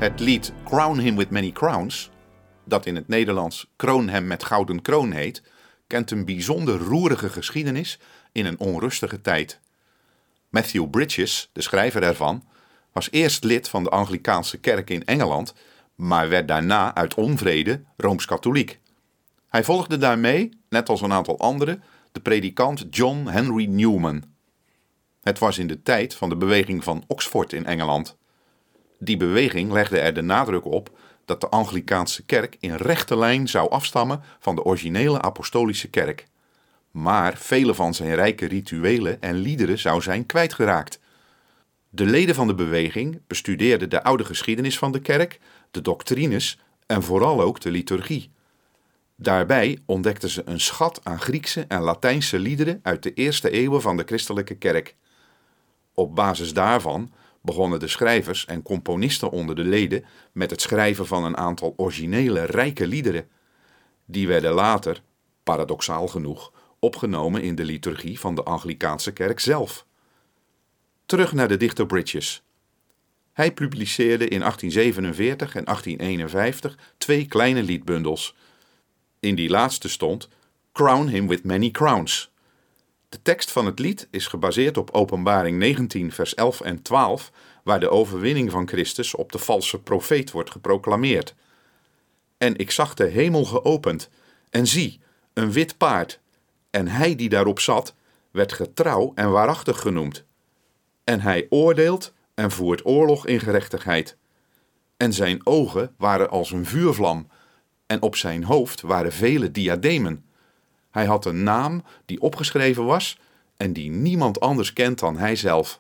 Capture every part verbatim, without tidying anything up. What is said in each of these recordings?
Het lied Crown Him With Many Crowns, dat in het Nederlands Kroon hem met gouden kroon heet, kent een bijzonder roerige geschiedenis in een onrustige tijd. Matthew Bridges, de schrijver ervan, was eerst lid van de Anglikaanse kerk in Engeland, maar werd daarna uit onvrede rooms-katholiek. Hij volgde daarmee, net als een aantal anderen, de predikant John Henry Newman. Het was in de tijd van de beweging van Oxford in Engeland. Die beweging legde er de nadruk op dat de Anglikaanse kerk in rechte lijn zou afstammen van de originele apostolische kerk. Maar vele van zijn rijke rituelen en liederen zou zijn kwijtgeraakt. De leden van de beweging bestudeerden de oude geschiedenis van de kerk, de doctrines en vooral ook de liturgie. Daarbij ontdekten ze een schat aan Griekse en Latijnse liederen uit de eerste eeuwen van de christelijke kerk. Op basis daarvan begonnen de schrijvers en componisten onder de leden met het schrijven van een aantal originele rijke liederen. Die werden later, paradoxaal genoeg, opgenomen in de liturgie van de Anglikaanse kerk zelf. Terug naar de dichter Bridges. Hij publiceerde in achttien zevenenveertig en achttien eenenvijftig twee kleine liedbundels. In die laatste stond Crown Him With Many Crowns. De tekst van het lied is gebaseerd op Openbaring negentien vers elf en twaalf, waar de overwinning van Christus op de valse profeet wordt geproclameerd. En ik zag de hemel geopend, en zie, een wit paard, en hij die daarop zat, werd getrouw en waarachtig genoemd. En hij oordeelt en voert oorlog in gerechtigheid. En zijn ogen waren als een vuurvlam, en op zijn hoofd waren vele diademen. Hij had een naam die opgeschreven was en die niemand anders kent dan hijzelf.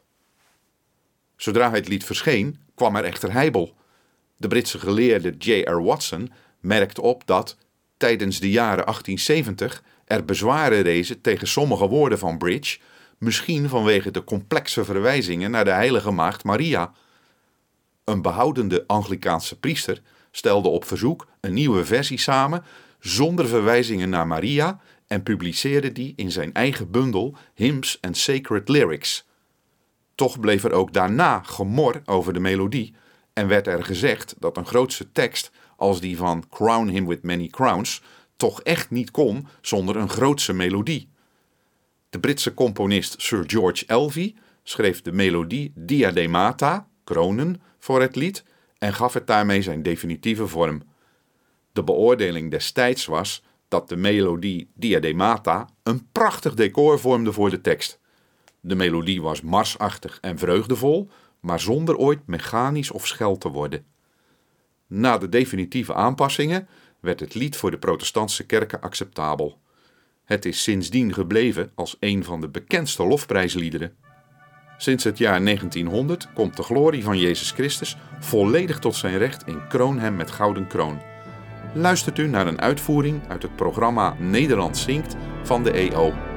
Zodra het lied verscheen, kwam er echter heibel. De Britse geleerde J R Watson merkte op dat, tijdens de jaren achttien zeventig, er bezwaren rezen tegen sommige woorden van Bridge, misschien vanwege de complexe verwijzingen naar de heilige maagd Maria. Een behoudende Anglikaanse priester stelde op verzoek een nieuwe versie samen zonder verwijzingen naar Maria en publiceerde die in zijn eigen bundel Hymns and Sacred Lyrics. Toch bleef er ook daarna gemor over de melodie en werd er gezegd dat een grootse tekst als die van Crown Him With Many Crowns toch echt niet kon zonder een grootse melodie. De Britse componist Sir George Elvey schreef de melodie Diademata, kronen, voor het lied en gaf het daarmee zijn definitieve vorm. De beoordeling destijds was dat de melodie Diademata een prachtig decor vormde voor de tekst. De melodie was marsachtig en vreugdevol, maar zonder ooit mechanisch of schel te worden. Na de definitieve aanpassingen werd het lied voor de protestantse kerken acceptabel. Het is sindsdien gebleven als een van de bekendste lofprijsliederen. Sinds het jaar negentienhonderd komt de glorie van Jezus Christus volledig tot zijn recht in Kroon hem met gouden kroon. Luistert u naar een uitvoering uit het programma Nederland zingt van de E O.